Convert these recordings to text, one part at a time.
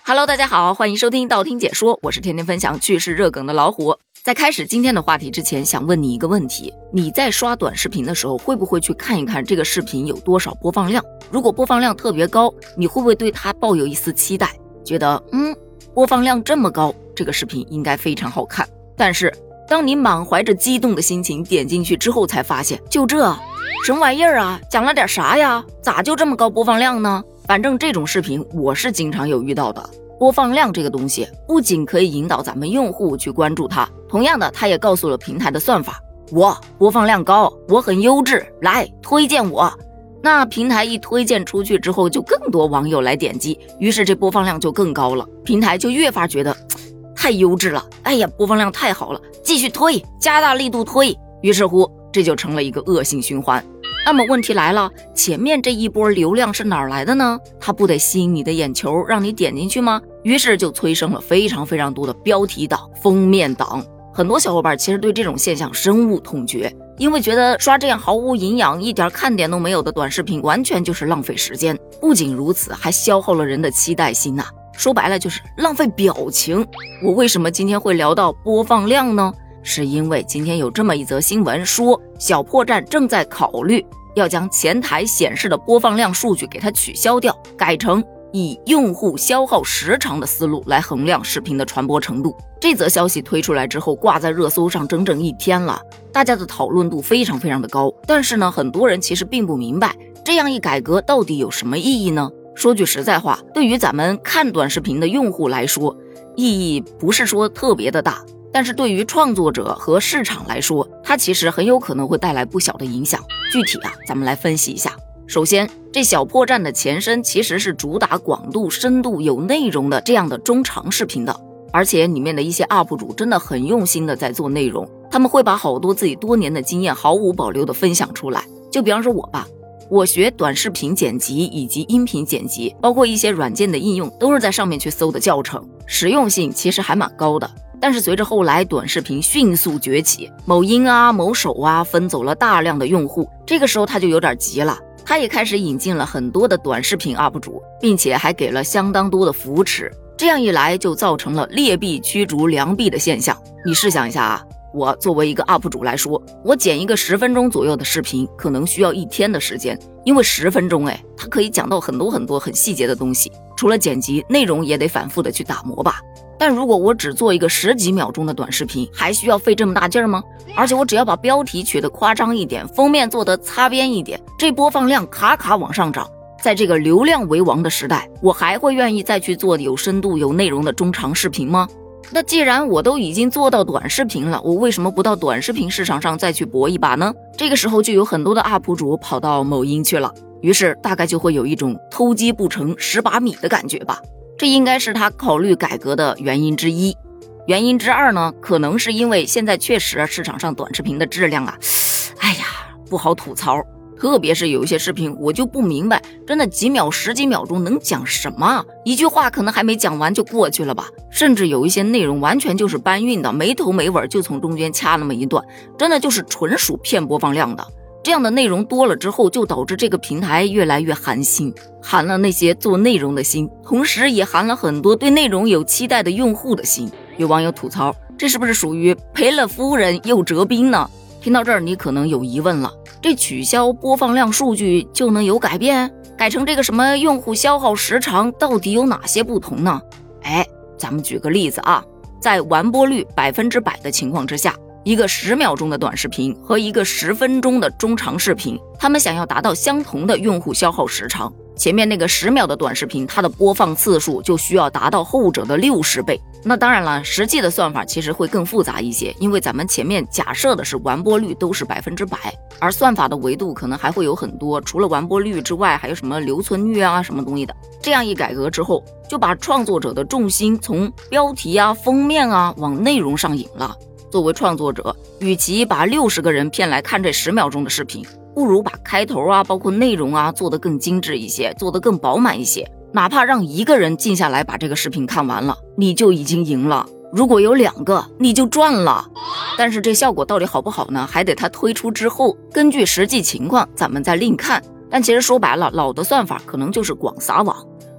Hello， 大家好，欢迎收听道听解说，我是天天分享趣事热梗的老虎。在开始今天的话题之前，想问你一个问题，你在刷短视频的时候，会不会去看一看这个视频有多少播放量？如果播放量特别高，你会不会对它抱有一丝期待，觉得播放量这么高，这个视频应该非常好看？但是当你满怀着激动的心情点进去之后，才发现就这什么玩意儿啊，讲了点啥呀，咋就这么高播放量呢？反正这种视频我是经常有遇到的。播放量这个东西不仅可以引导咱们用户去关注它，同样的它也告诉了平台的算法，我播放量高，我很优质，来推荐我。那平台一推荐出去之后，就更多网友来点击，于是这播放量就更高了，平台就越发觉得太优质了，哎呀播放量太好了，继续推，加大力度推，于是乎这就成了一个恶性循环。那么问题来了，前面这一波流量是哪儿来的呢？它不得吸引你的眼球，让你点进去吗？于是就催生了非常多的标题党、封面党。很多小伙伴其实对这种现象深恶痛绝，因为觉得刷这样毫无营养、一点看点都没有的短视频完全就是浪费时间。不仅如此，还消耗了人的期待心啊，说白了就是浪费表情。我为什么今天会聊到播放量呢？是因为今天有这么一则新闻说，小破站正在考虑要将前台显示的播放量数据给它取消掉，改成以用户消耗时长的思路来衡量视频的传播程度。这则消息推出来之后，挂在热搜上整整1天了，大家的讨论度非常的高。但是呢，很多人其实并不明白这样一改革到底有什么意义呢？说句实在话，对于咱们看短视频的用户来说，意义不是说特别的大，但是对于创作者和市场来说，它其实很有可能会带来不小的影响。具体咱们来分析一下。首先，这小破站的前身其实是主打广度、深度、有内容的这样的中长视频的，而且里面的一些 UP 主真的很用心的在做内容，他们会把好多自己多年的经验毫无保留的分享出来。就比方说我吧，我学短视频剪辑以及音频剪辑，包括一些软件的应用，都是在上面去搜的教程，实用性其实还蛮高的。但是随着后来短视频迅速崛起，某音某手分走了大量的用户，这个时候他就有点急了，他也开始引进了很多的短视频 UP 主，并且还给了相当多的扶持，这样一来就造成了劣币驱逐良币的现象。你试想一下我作为一个 UP 主来说，我剪一个10分钟左右的视频可能需要1天的时间，因为10分钟它可以讲到很多很细节的东西，除了剪辑，内容也得反复的去打磨吧。但如果我只做一个10几秒钟的短视频，还需要费这么大劲儿吗？而且我只要把标题取得夸张一点，封面做得擦边一点，这播放量卡往上涨。在这个流量为王的时代，我还会愿意再去做有深度有内容的中长视频吗？那既然我都已经做到短视频了，我为什么不到短视频市场上再去搏一把呢？这个时候就有很多的 UP 主跑到某音去了，于是大概就会有一种偷鸡不成蚀把米的感觉吧。这应该是他考虑改革的原因之一。原因之二呢，可能是因为现在确实市场上短视频的质量不好吐槽，特别是有一些视频我就不明白，真的几秒10几秒钟能讲什么？一句话可能还没讲完就过去了吧，甚至有一些内容完全就是搬运的，没头没尾，就从中间掐那么一段，真的就是纯属骗播放量的。这样的内容多了之后，就导致这个平台越来越寒心，寒了那些做内容的心，同时也寒了很多对内容有期待的用户的心。有网友吐槽，这是不是属于赔了夫人又折兵呢？听到这儿你可能有疑问了，这取消播放量数据就能有改变？改成这个什么用户消耗时长到底有哪些不同呢？咱们举个例子在完播率100%的情况之下，一个10秒钟的短视频和一个10分钟的中长视频，他们想要达到相同的用户消耗时长，前面那个10秒的短视频，它的播放次数就需要达到后者的60倍。那当然了，实际的算法其实会更复杂一些，因为咱们前面假设的是完播率都是100%，而算法的维度可能还会有很多，除了完播率之外，还有什么留存率什么东西的。这样一改革之后，就把创作者的重心从标题封面往内容上引了。作为创作者，与其把60个人骗来看这10秒钟的视频，不如把开头包括内容做得更精致一些，做得更饱满一些。哪怕让1个人静下来把这个视频看完了，你就已经赢了。如果有2个，你就赚了。但是这效果到底好不好呢？还得它推出之后，根据实际情况咱们再另看。但其实说白了，老的算法可能就是广撒网。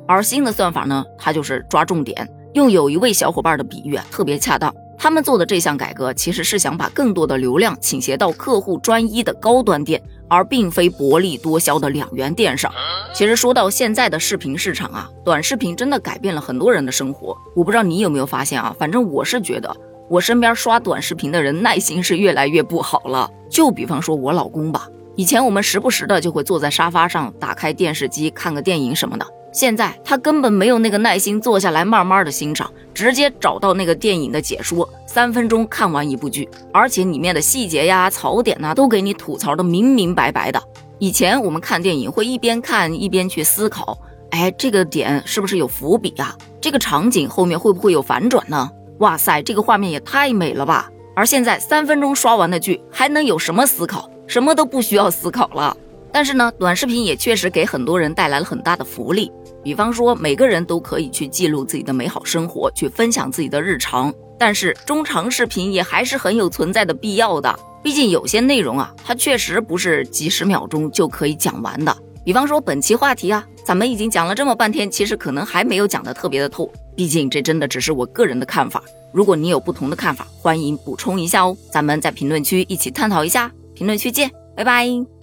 而新的算法呢，它就是抓重点。用有一位小伙伴的比喻特别恰当，他们做的这项改革其实是想把更多的流量倾斜到客户专一的高端店，而并非薄利多销的2元店上。其实说到现在的视频市场短视频真的改变了很多人的生活。我不知道你有没有发现反正我是觉得我身边刷短视频的人耐心是越来越不好了。就比方说我老公吧，以前我们时不时的就会坐在沙发上打开电视机看个电影什么的，现在他根本没有那个耐心坐下来慢慢的欣赏，直接找到那个电影的解说，3分钟看完一部剧，而且里面的细节呀槽点都给你吐槽的明明白白的。以前我们看电影会一边看一边去思考，这个点是不是有伏笔这个场景后面会不会有反转呢？哇塞，这个画面也太美了吧。而现在3分钟刷完的剧还能有什么思考？什么都不需要思考了。但是呢，短视频也确实给很多人带来了很大的福利，比方说每个人都可以去记录自己的美好生活，去分享自己的日常。但是中长视频也还是很有存在的必要的，毕竟有些内容它确实不是几十秒钟就可以讲完的。比方说本期话题咱们已经讲了这么半天，其实可能还没有讲得特别的透，毕竟这真的只是我个人的看法。如果你有不同的看法，欢迎补充一下哦，咱们在评论区一起探讨一下。评论区见，拜拜。